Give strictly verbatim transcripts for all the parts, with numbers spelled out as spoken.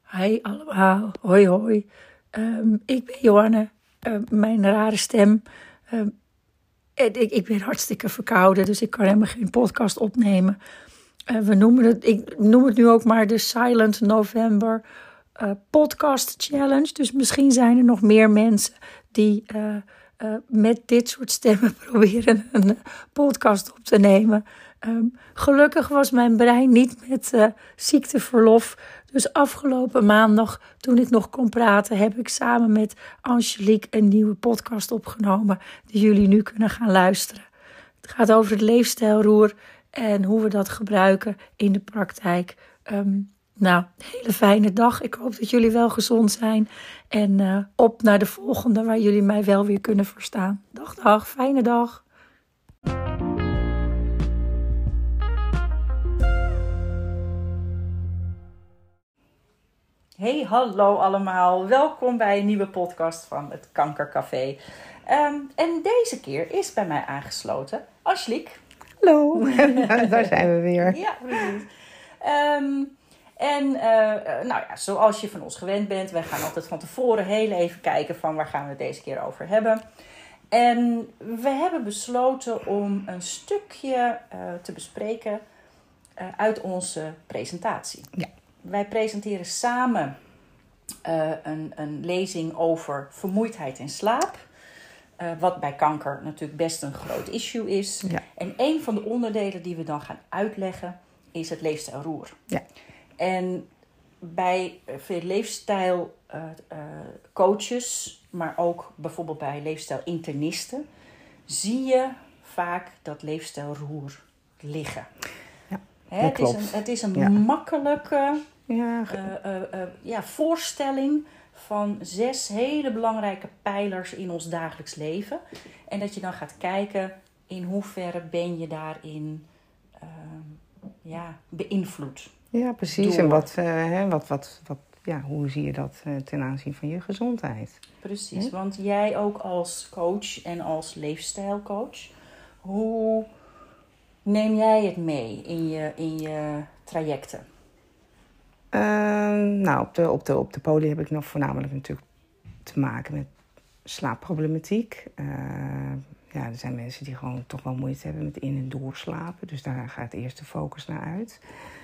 Hi allemaal, hoi hoi. Um, ik ben Joanne, uh, mijn rare stem. Um, ik, ik ben hartstikke verkouden, dus ik kan helemaal geen podcast opnemen. Uh, we noemen het, ik noem het nu ook maar de Silent November uh, Podcast Challenge. Dus misschien zijn er nog meer mensen die uh, uh, met dit soort stemmen proberen een uh, podcast op te nemen. Um, gelukkig was mijn brein niet met uh, ziekteverlof. Dus afgelopen maandag, toen ik nog kon praten, heb ik samen met Angelique een nieuwe podcast opgenomen die jullie nu kunnen gaan luisteren. Het gaat over het leefstijlroer en hoe we dat gebruiken in de praktijk. Um, nou, een hele fijne dag. Ik hoop dat jullie wel gezond zijn. En uh, op naar de volgende waar jullie mij wel weer kunnen verstaan. Dag, dag. Fijne dag. Hey, hallo allemaal. Welkom bij een nieuwe podcast van het Kankercafé. Um, en deze keer is bij mij aangesloten Angelique. Hallo, daar zijn we weer. Ja, precies. Um, en uh, nou ja, zoals je van ons gewend bent, wij gaan altijd van tevoren heel even kijken van waar gaan we het deze keer over hebben. En we hebben besloten om een stukje uh, te bespreken uh, uit onze presentatie. Ja. Wij presenteren samen uh, een, een lezing over vermoeidheid en slaap. Uh, wat bij kanker natuurlijk best een groot issue is. Ja. En een van de onderdelen die we dan gaan uitleggen is het leefstijlroer. Ja. En bij veel leefstijlcoaches, uh, uh, maar ook bijvoorbeeld bij leefstijlinternisten, zie je vaak dat leefstijlroer liggen. Ja, Hè, het, is een, het is een ja. makkelijke ja. Uh, uh, uh, ja, voorstelling van zes hele belangrijke pijlers in ons dagelijks leven. En dat je dan gaat kijken in hoeverre ben je daarin uh, ja, beïnvloed. Ja, precies. Door. En wat, uh, hè, wat, wat, wat, ja, hoe zie je dat uh, ten aanzien van je gezondheid? Precies, Hm? want jij ook als coach en als leefstijlcoach, hoe neem jij het mee in je, in je trajecten? Uh, nou, op de, op, de, op de poli heb ik nog voornamelijk natuurlijk te maken met slaapproblematiek. Uh, ja, er zijn mensen die gewoon toch wel moeite hebben met in- en doorslapen. Dus daar gaat eerst de focus naar uit.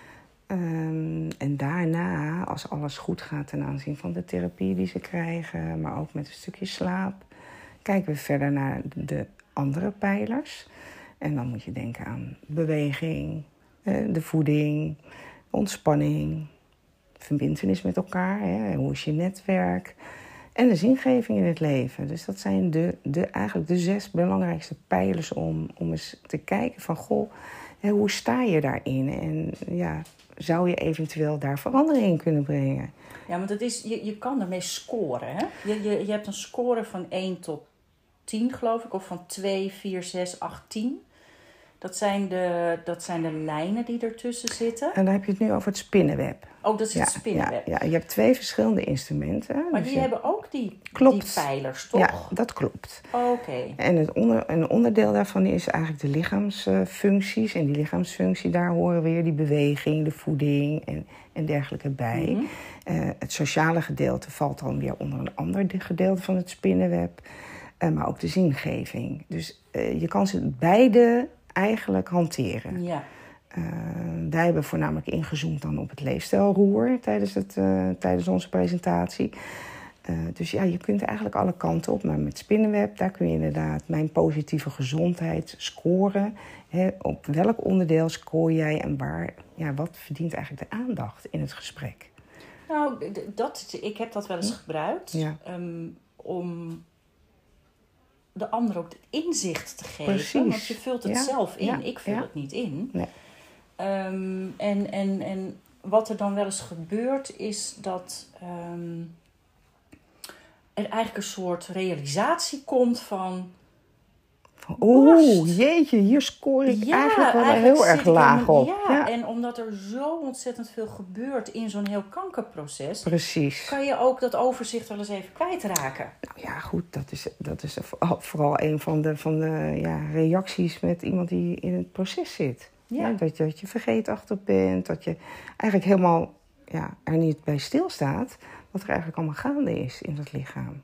Um, en daarna, als alles goed gaat ten aanzien van de therapie die ze krijgen, maar ook met een stukje slaap, kijken we verder naar de andere pijlers. En dan moet je denken aan beweging, de voeding, ontspanning, verbintenis met elkaar, hè, hoe is je netwerk en de zingeving in het leven. Dus dat zijn de, de, eigenlijk de zes belangrijkste pijlers om, om eens te kijken van, goh, hè, hoe sta je daarin? En ja, zou je eventueel daar verandering in kunnen brengen? Ja, want het is, je, je kan ermee scoren. Hè? Je, je, je hebt een score van één tot tien, geloof ik, of van twee, vier, zes, acht, tien. Dat zijn, de, dat zijn de lijnen die ertussen zitten. En dan heb je het nu over het spinnenweb. Oh, dat is ja, het spinnenweb. Ja, ja, je hebt twee verschillende instrumenten. Maar dus die je... hebben ook die, klopt. die pijlers, toch? Ja, dat klopt. Oké. Okay. En het onder, een onderdeel daarvan is eigenlijk de lichaamsfuncties. En die lichaamsfunctie, daar horen weer die beweging, de voeding en, en dergelijke bij. Mm-hmm. Uh, het sociale gedeelte valt dan weer onder een ander gedeelte van het spinnenweb. Uh, maar ook de zingeving. Dus uh, je kan ze beide eigenlijk hanteren. Ja. Uh, wij hebben voornamelijk ingezoomd dan op het leefstijlroer tijdens, het, uh, tijdens onze presentatie. Uh, dus ja, je kunt eigenlijk alle kanten op. Maar met spinnenweb, daar kun je inderdaad mijn positieve gezondheid scoren. Hè, op welk onderdeel scoor jij en waar, ja, wat verdient eigenlijk de aandacht in het gesprek? Nou, dat, ik heb dat wel eens gebruikt. Ja. Um, om de ander ook het inzicht te geven. Precies. Want je vult het ja. zelf in. Ja. Ik vul ja. het niet in. Nee. Um, en, en, en wat er dan wel eens gebeurt is dat um, er eigenlijk een soort realisatie komt van... Oeh, jeetje, hier scoor ik ja, eigenlijk wel eigenlijk heel erg laag op. Ja, ja, en omdat er zo ontzettend veel gebeurt in zo'n heel kankerproces... Precies. Kan je ook dat overzicht wel eens even kwijtraken. Nou ja, goed, dat is, dat is vooral een van de, van de ja, reacties met iemand die in het proces zit. Ja. Ja, dat, dat je vergeetachtig bent, dat je eigenlijk helemaal ja, er niet bij stilstaat wat er eigenlijk allemaal gaande is in het lichaam.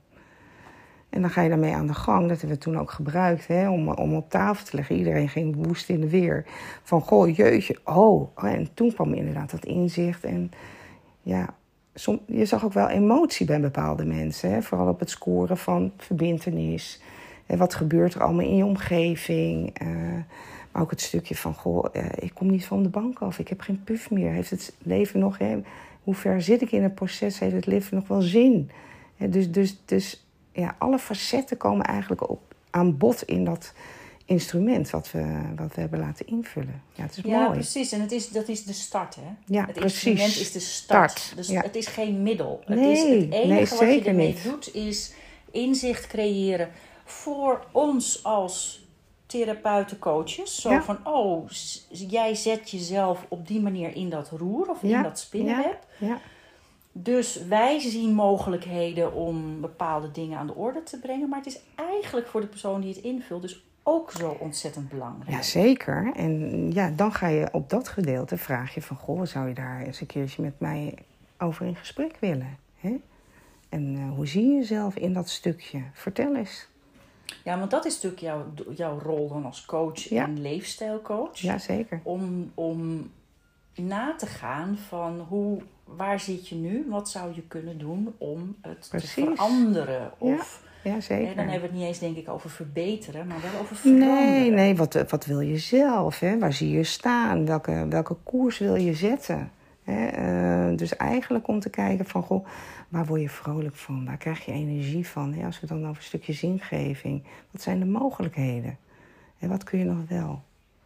En dan ga je daarmee aan de gang. Dat hebben we toen ook gebruikt, hè, om, om op tafel te leggen. Iedereen ging woest in de weer. Van, goh, jeetje, oh. En toen kwam inderdaad dat inzicht. En ja, som, je zag ook wel emotie bij bepaalde mensen. Hè, vooral op het scoren van verbintenis. En wat gebeurt er allemaal in je omgeving. Uh, maar ook het stukje van, goh, uh, ik kom niet van de bank af. Ik heb geen puff meer. Heeft het leven nog, hè, hoe ver zit ik in het proces? Heeft het leven nog wel zin? Hè, dus, dus, dus ja, alle facetten komen eigenlijk op, aan bod in dat instrument wat we, wat we hebben laten invullen. Ja, het is ja, mooi. Precies. En het is, dat is de start, hè? Ja, het precies. instrument is de start. Start, Dus ja. Het is geen middel. Nee, het, is het enige nee, wat zeker je ermee niet. doet is inzicht creëren voor ons als therapeuten, coaches. Zo Ja. van, oh, s- jij zet jezelf op die manier in dat roer of Ja, in dat spinnenweb. Ja, ja. Dus wij zien mogelijkheden om bepaalde dingen aan de orde te brengen. Maar het is eigenlijk voor de persoon die het invult dus ook zo ontzettend belangrijk. Ja, zeker. En ja, dan ga je op dat gedeelte vraag je van, goh, zou je daar eens een keertje met mij over in gesprek willen? Hè? En uh, hoe zie je jezelf in dat stukje? Vertel eens. Ja, want dat is natuurlijk jouw, jouw rol dan als coach Ja. en leefstijlcoach. Ja, zeker. Om, om na te gaan van hoe, waar zit je nu? Wat zou je kunnen doen om het Precies. te veranderen? Of, Ja, zeker. hè, dan hebben we het niet eens denk ik over verbeteren, maar wel over veranderen. Nee, nee, wat, wat wil je zelf? Hè? Waar zie je staan? Welke, welke koers wil je zetten? Hè? Uh, dus eigenlijk om te kijken van, goh, waar word je vrolijk van? Waar krijg je energie van? Hè? Als we dan over een stukje zingeving, wat zijn de mogelijkheden? En wat kun je nog wel?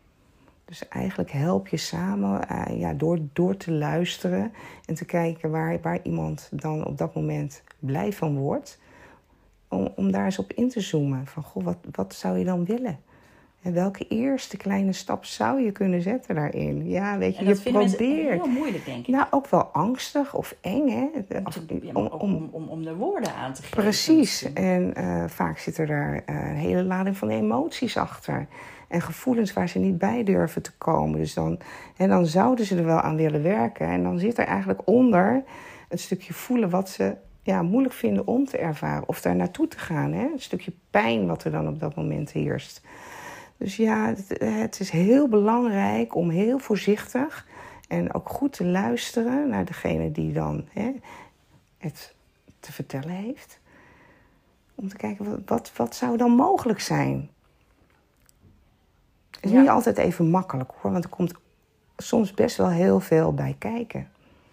Dus eigenlijk help je samen uh, ja, door, door te luisteren en te kijken waar, waar iemand dan op dat moment blij van wordt. Om, om daar eens op in te zoomen. Van, goh, wat, wat zou je dan willen? En welke eerste kleine stap zou je kunnen zetten daarin? Ja, weet je, En dat je vinden probeert. mensen heel moeilijk, denk ik. Nou, ook wel angstig of eng, hè? Om, te, ja, om, om, om, om de woorden aan te geven. Precies. En uh, vaak zitten er uh, een hele lading van emoties achter. En gevoelens waar ze niet bij durven te komen. Dus dan, en dan zouden ze er wel aan willen werken. En dan zit er eigenlijk onder een stukje voelen wat ze ja, moeilijk vinden om te ervaren. Of daar naartoe te gaan. Hè? Een stukje pijn wat er dan op dat moment heerst. Dus ja, het, het is heel belangrijk om heel voorzichtig en ook goed te luisteren naar degene die dan hè, het te vertellen heeft. Om te kijken, wat, wat, wat zou dan mogelijk zijn? Het is ja. niet altijd even makkelijk hoor, want er komt soms best wel heel veel bij kijken.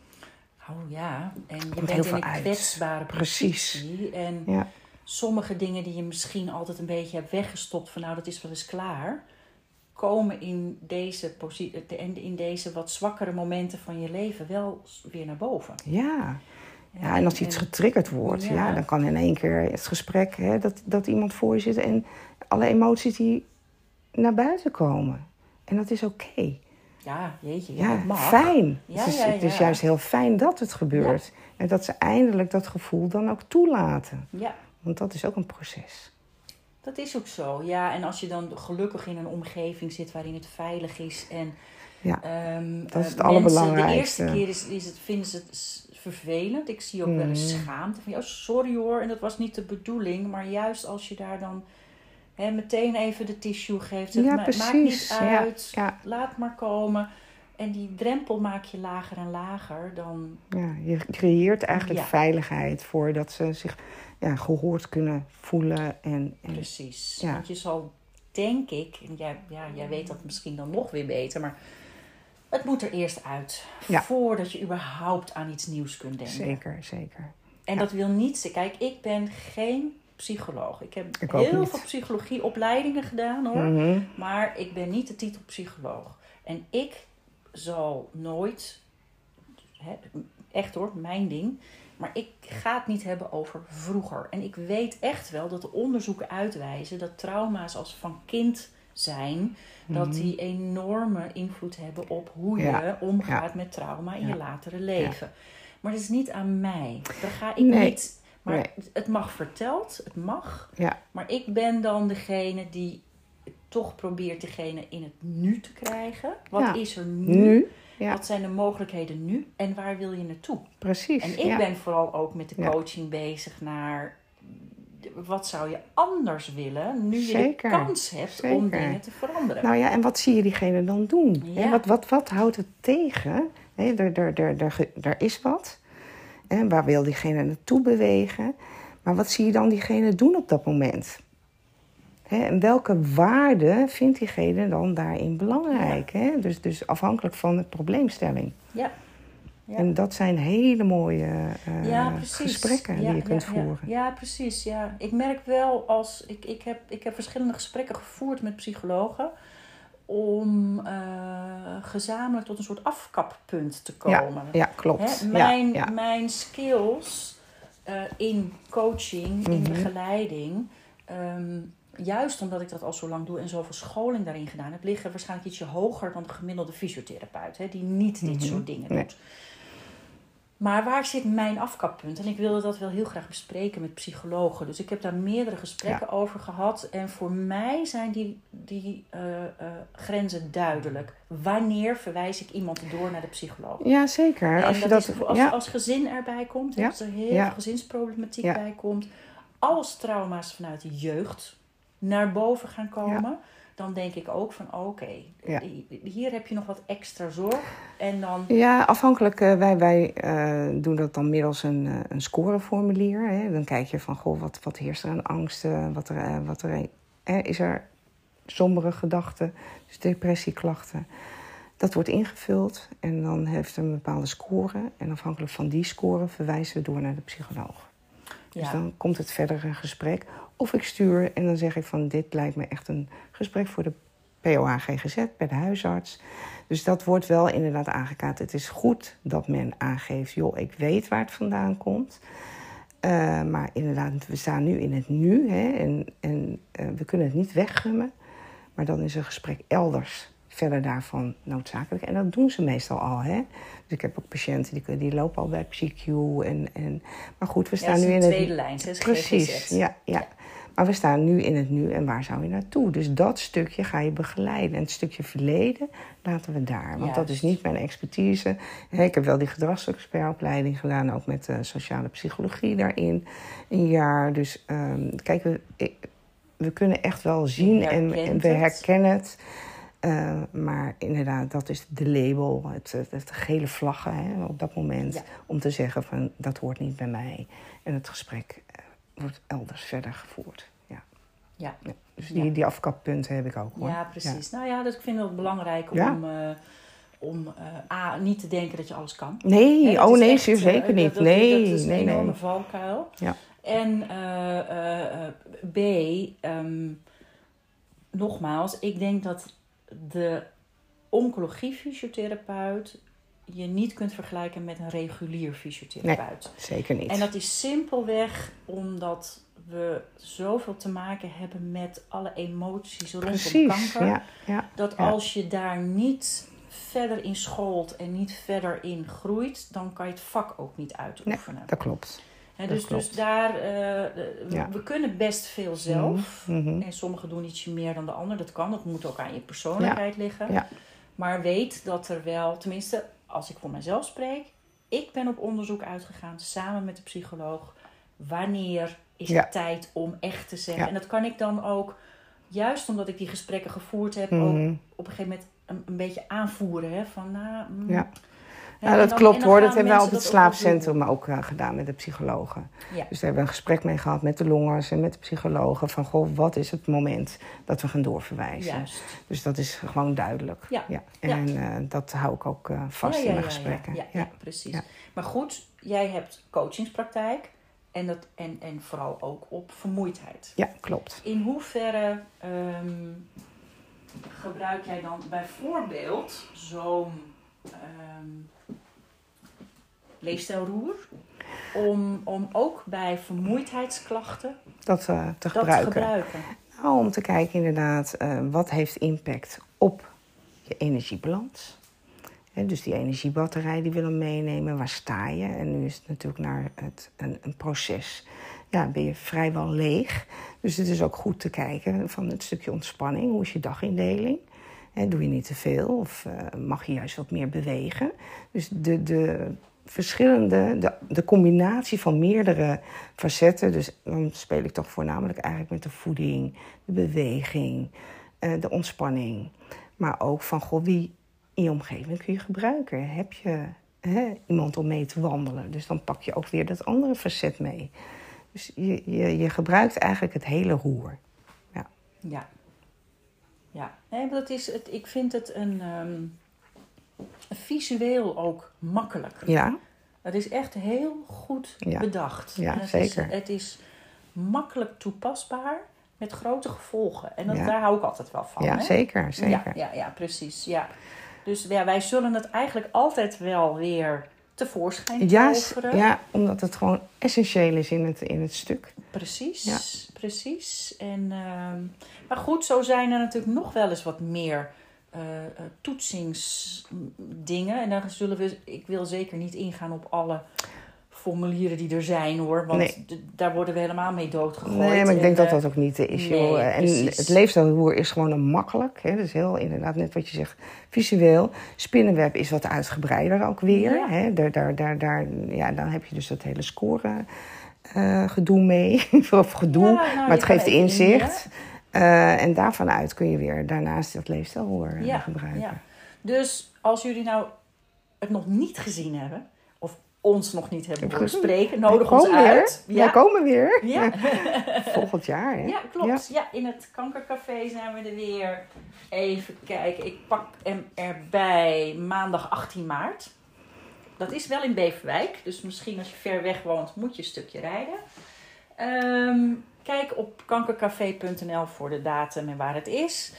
Oh ja, en je komt bent in een uit. kwetsbare positie. Precies. En ja. sommige dingen die je misschien altijd een beetje hebt weggestopt van nou, dat is wel eens klaar, komen in deze, posi- in deze wat zwakkere momenten van je leven wel weer naar boven. Ja. Ja, en als iets en, getriggerd wordt, ja. Ja, dan kan in één keer het gesprek, hè, dat, dat iemand voor je zit en alle emoties die naar buiten komen. En dat is oké. Okay. Ja, jeetje, ja, ja, dat mag. Fijn. Ja, het, is, ja, ja. het is juist heel fijn dat het gebeurt. Ja. En dat ze eindelijk dat gevoel dan ook toelaten. Ja. Want dat is ook een proces. Dat is ook zo, ja. En als je dan gelukkig in een omgeving zit waarin het veilig is en ja, um, dat is het uh, allerbelangrijkste. De eerste keer is, is het, vinden ze het vervelend. Ik zie ook mm. wel eens schaamte van, oh, sorry hoor, en dat was niet de bedoeling. Maar juist als je daar dan hè, meteen even de tissue geeft, het ja, ma- precies. maakt niet uit, ja, ja. laat maar komen. En die drempel maak je lager en lager, dan... Ja, je creëert eigenlijk ja. veiligheid voor dat ze zich ja, gehoord kunnen voelen. En, en, Precies, ja. want je zal, denk ik, en jij, ja, jij weet dat misschien dan nog weer beter, maar het moet er eerst uit. Ja. Voordat je überhaupt aan iets nieuws kunt denken. Zeker, zeker. En ja. dat wil niet... Kijk, ik ben geen psycholoog. Ik heb ik heel veel psychologieopleidingen gedaan, hoor. Mm-hmm. Maar ik ben niet de titel psycholoog. En ik zal nooit... Hè, echt hoor, mijn ding... Maar ik ga het niet hebben over vroeger. En ik weet echt wel dat de onderzoeken uitwijzen dat trauma's als van kind zijn, mm-hmm. dat die enorme invloed hebben op hoe je ja. omgaat ja. met trauma in ja. je latere leven. Ja. Maar dat is niet aan mij. Daar ga ik nee. niet... Maar nee. het mag verteld, het mag. Ja. Maar ik ben dan degene die toch probeert degene in het nu te krijgen. Wat ja. is er nu? nu? ja. Wat zijn de mogelijkheden nu en waar wil je naartoe? Precies. En ik ja. ben vooral ook met de coaching ja. bezig naar... Wat zou je anders willen nu je Zeker. de kans hebt Zeker. om dingen te veranderen? Nou ja, en wat zie je diegene dan doen? Ja. Hè? Wat, wat, wat houdt het tegen? Hè? Er, er, er, er, er is wat. Hè? Waar wil diegene naartoe bewegen? Maar wat zie je dan diegene doen op dat moment? Hè? En welke waarde vindt diegene dan daarin belangrijk? Ja. Hè? Dus, dus afhankelijk van de probleemstelling. Ja. Ja. En dat zijn hele mooie uh, ja, gesprekken ja, die je ja, kunt ja, voeren. Ja, ja, precies. Ja. Ik merk wel als... Ik, ik, heb, ik heb verschillende gesprekken gevoerd met psychologen... om uh, gezamenlijk tot een soort afkappunt te komen. Ja, ja klopt. Hè? Mijn, ja, ja. mijn skills uh, in coaching, mm-hmm. in begeleiding... Um, juist omdat ik dat al zo lang doe en zoveel scholing daarin gedaan heb... liggen waarschijnlijk ietsje hoger dan de gemiddelde fysiotherapeut... Hè, die niet dit mm-hmm. soort dingen nee. doet. Maar waar zit mijn afkappunt? En ik wilde dat wel heel graag bespreken met psychologen. Dus ik heb daar meerdere gesprekken ja. over gehad. En voor mij zijn die, die uh, uh, grenzen duidelijk. Wanneer verwijs ik iemand door naar de psycholoog? Ja, zeker. En als, je dat dat, is, als, ja. als gezin erbij komt, ja. als er heel ja. veel gezinsproblematiek ja. bij komt... als trauma's vanuit de jeugd naar boven gaan komen... Ja. dan denk ik ook van oké, okay, ja. hier heb je nog wat extra zorg. En dan... Ja, afhankelijk. Uh, wij wij uh, doen dat dan middels een, uh, een scoreformulier. Hè. Dan kijk je van, goh, wat, wat heerst er aan angsten? Wat er, uh, wat er, uh, is er sombere gedachten? Dus depressieklachten. Dat wordt ingevuld en dan heeft er een bepaalde score. En afhankelijk van die score verwijzen we door naar de psycholoog. Ja. Dus dan komt het verder een gesprek. Of ik stuur en dan zeg ik van dit lijkt me echt een gesprek voor de P O H G G Z bij de huisarts. Dus dat wordt wel inderdaad aangekaart. Het is goed dat men aangeeft, joh, ik weet waar het vandaan komt. Uh, maar inderdaad, we staan nu in het nu. Hè, en en uh, we kunnen het niet weggummen. Maar dan is een gesprek elders verder daarvan noodzakelijk. En dat doen ze meestal al. Hè? Dus ik heb ook patiënten die, die lopen al bij P C Q. En, en, maar goed, we staan ja, nu in het... tweede het... lijn, hè? Precies, ja, ja, ja. Maar we staan nu in het nu en waar zou je naartoe? Dus dat stukje ga je begeleiden. En het stukje verleden laten we daar. Want Juist. dat is niet mijn expertise. Ik heb wel die gedragsexpertopleiding gedaan. Ook met uh, sociale psychologie daarin. Een jaar. Dus um, kijk, we, ik, we kunnen echt wel zien en, en we herkennen het. Uh, maar inderdaad, dat is de label, het, het, het gele vlaggen hè, op dat moment. Ja. Om te zeggen van, dat hoort niet bij mij. En het gesprek uh, wordt elders verder gevoerd. Ja. Ja. Ja. Dus die, ja. die afkappunten heb ik ook hoor. Ja, precies. Ja. Nou ja, dus ik vind het belangrijk ja. om, uh, om uh, A, niet te denken dat je alles kan. Nee, Hè, oh nee, echt, zeer zeker niet. Dat, dat, nee, dat is een nee, enorme nee. valkuil. Ja. En uh, uh, B, um, nogmaals, ik denk dat de oncologie-fysiotherapeut je niet kunt vergelijken met een regulier fysiotherapeut. Nee, zeker niet. En dat is simpelweg omdat we zoveel te maken hebben met alle emoties rondom Precies, kanker. Ja, ja, dat ja. als je daar niet verder in schoolt en niet verder in groeit, dan kan je het vak ook niet uitoefenen. Nee, dat klopt. He, dus, dus daar, uh, we, ja. we kunnen best veel zelf. Mm-hmm. En sommigen doen ietsje meer dan de ander. Dat kan, dat moet ook aan je persoonlijkheid ja. liggen. Ja. Maar weet dat er wel, tenminste als ik voor mezelf spreek, ik ben op onderzoek uitgegaan samen met de psycholoog. Wanneer is ja. het tijd om echt te zeggen? Ja. En dat kan ik dan ook, juist omdat ik die gesprekken gevoerd heb, mm-hmm. ook op een gegeven moment een, een beetje aanvoeren. Hè? Van, nou, mm, ja. Ja, nou, dat dan, klopt hoor. Dat hebben we op het ook slaapcentrum ook uh, gedaan met de psychologen. Ja. Dus daar hebben we een gesprek mee gehad met de longarts en met de psychologen. Van, goh, wat is het moment dat we gaan doorverwijzen? Juist. Dus dat is gewoon duidelijk. Ja. Ja. En ja. Uh, dat hou ik ook uh, vast ja, ja, in mijn ja, gesprekken. Ja, ja, ja, ja precies. Ja. Maar goed, jij hebt coachingspraktijk en, dat, en, en vooral ook op vermoeidheid. Ja, klopt. In hoeverre um, gebruik jij dan bijvoorbeeld zo'n um, leefstijlroer om, om ook bij vermoeidheidsklachten dat, uh, te, dat gebruiken. te gebruiken? Nou, om te kijken inderdaad, uh, wat heeft impact op je energiebalans? He, dus die energiebatterij die we dan meenemen, waar sta je? En nu is het natuurlijk naar het, een, een proces. Ja, ben je vrijwel leeg. Dus het is ook goed te kijken van het stukje ontspanning. Hoe is je dagindeling? Hè, doe je niet te veel of uh, mag je juist wat meer bewegen? Dus de, de verschillende, de, de combinatie van meerdere facetten. Dus dan speel ik toch voornamelijk eigenlijk met de voeding, de beweging, uh, de ontspanning. Maar ook van, goh, wie in je omgeving kun je gebruiken? Heb je hè, iemand om mee te wandelen? Dus dan pak je ook weer dat andere facet mee. Dus je, je, je gebruikt eigenlijk het hele roer. Ja. Ja. Ja. Nee, dat is het, ik vind het een, um, visueel ook makkelijk. Ja. Het is echt heel goed ja. bedacht. Ja, en het zeker. Is, het is makkelijk toepasbaar met grote gevolgen. En dat, ja. daar hou ik altijd wel van. Ja, hè? zeker. zeker. Ja, ja, ja, precies. Ja. Dus ja, wij zullen het eigenlijk altijd wel weer tevoorschijn ja, toveren. Ja, omdat het gewoon essentieel is in het, in het stuk. Precies, ja. precies. En, uh, maar goed, zo zijn er natuurlijk nog wel eens wat meer uh, toetsingsdingen. En dan zullen we, ik wil zeker niet ingaan op alle formulieren die er zijn hoor. Want nee. d- daar worden we helemaal mee doodgegooid. Nee, maar ik denk en, dat dat ook niet is. Nee, joh. En precies. het leefstijlroer is gewoon een makkelijk. Hè? Dus heel inderdaad, net wat je zegt, visueel. Spinnenweb is wat uitgebreider ook weer. Ja. Hè? Daar, daar, daar, daar, ja, dan heb je dus dat hele score uh, gedoe mee. of gedoe, Ja, nou, maar het geeft inzicht. In, uh, en daarvan uit kun je weer daarnaast dat leefstijlroer uh, ja, gebruiken. Ja. Dus als jullie nou het nog niet gezien hebben, of ons nog niet hebben horen spreken, nodig ons uit. Ja. Wij komen weer. Ja. Volgend jaar. Hè? Ja, klopt. Ja. Ja, in het Kankercafé zijn we er weer. Even kijken. Ik pak hem erbij maandag achttien maart. Dat is wel in Beverwijk. Dus misschien als je ver weg woont, moet je een stukje rijden. Um, kijk op kankercafé punt n l voor de datum en waar het is.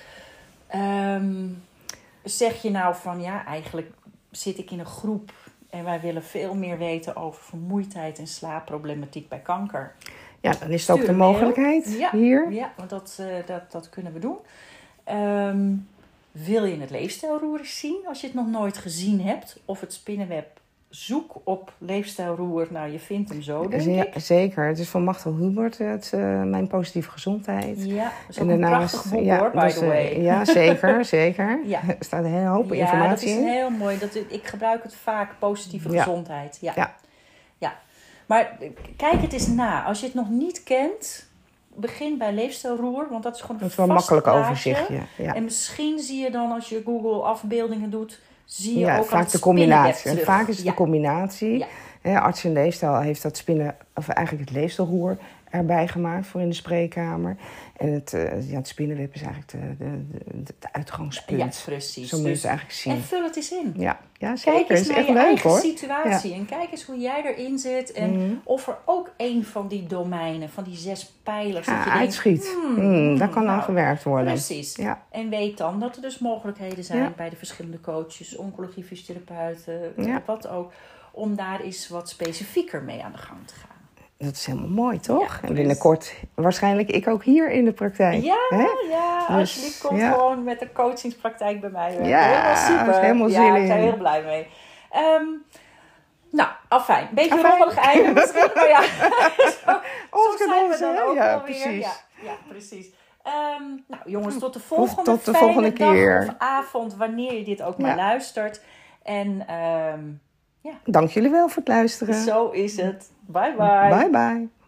Um, zeg je nou van ja, eigenlijk zit ik in een groep en wij willen veel meer weten over vermoeidheid en slaapproblematiek bij kanker. Ja, dan is het ook de mogelijkheid ja, hier. Ja, want dat, uh, dat, dat kunnen we doen. Um, wil je het leefstijlroer eens zien als je het nog nooit gezien hebt? Of het spinnenweb? Zoek op leefstijlroer. Nou, je vindt hem zo, denk ja, ik. Zeker. Het is van Machtel Hubert, het, uh, Mijn Positieve Gezondheid. Ja, dat is en ook daarnaast, een prachtig boek ja, hoor, by dus, the way. Uh, ja, zeker, zeker. Ja. Er staat een hele hoop ja, informatie in. Ja, dat is heel mooi. Dat, ik gebruik het vaak, positieve ja. gezondheid. Ja. Ja. ja. Maar kijk het eens na. Als je het nog niet kent, begin bij leefstijlroer. Want dat is gewoon een dat is wel een vast makkelijk plaatje. overzichtje. Ja. En misschien zie je dan, als je Google afbeeldingen doet, zie je ja, ook vaak het de combinatie. En terug. vaak is het ja. de combinatie. Ja. He, Arts en Leefstijl heeft dat spinnen, of eigenlijk het leefstijlroer erbij gemaakt voor in de spreekkamer. En het, uh, ja, het spinnenweb is eigenlijk de, de, de, de uitgangspunt. Ja, precies. Zo moet je dus, het eigenlijk zien. En vul het eens in. Ja, ja zeker. Kijk eens is naar echt je leuk, eigen hoor. situatie. Ja. En kijk eens hoe jij erin zit. En mm. of er ook een van die domeinen, van die zes pijlers, Ja, dat je uitschiet. denkt, hmm, mm, daar kan nou, aan gewerkt worden. Precies. Ja. En weet dan dat er dus mogelijkheden zijn ja. bij de verschillende coaches, oncologie, fysiotherapeuten, ja. wat ook. Om daar eens wat specifieker mee aan de gang te gaan. Dat is helemaal mooi, toch? Ja, en binnenkort waarschijnlijk ik ook hier in de praktijk. Ja, Hè? ja. Dus, alsjeblieft komt ja. gewoon met de coachingspraktijk bij mij. Ja, helemaal super. helemaal zin ja, in. ik ben er heel blij mee. Um, nou, afijn. Beetje afijn. een rommelig einde misschien, maar ja. zo Ons zo zijn we onze, dan ook ja, wel precies. weer. Ja, ja, precies. Um, nou jongens, tot de volgende, tot de fijne volgende dag keer. of avond, wanneer je dit ook maar ja. luistert. En um, ja. Dank jullie wel voor het luisteren. Zo is het. Bye bye. Bye bye.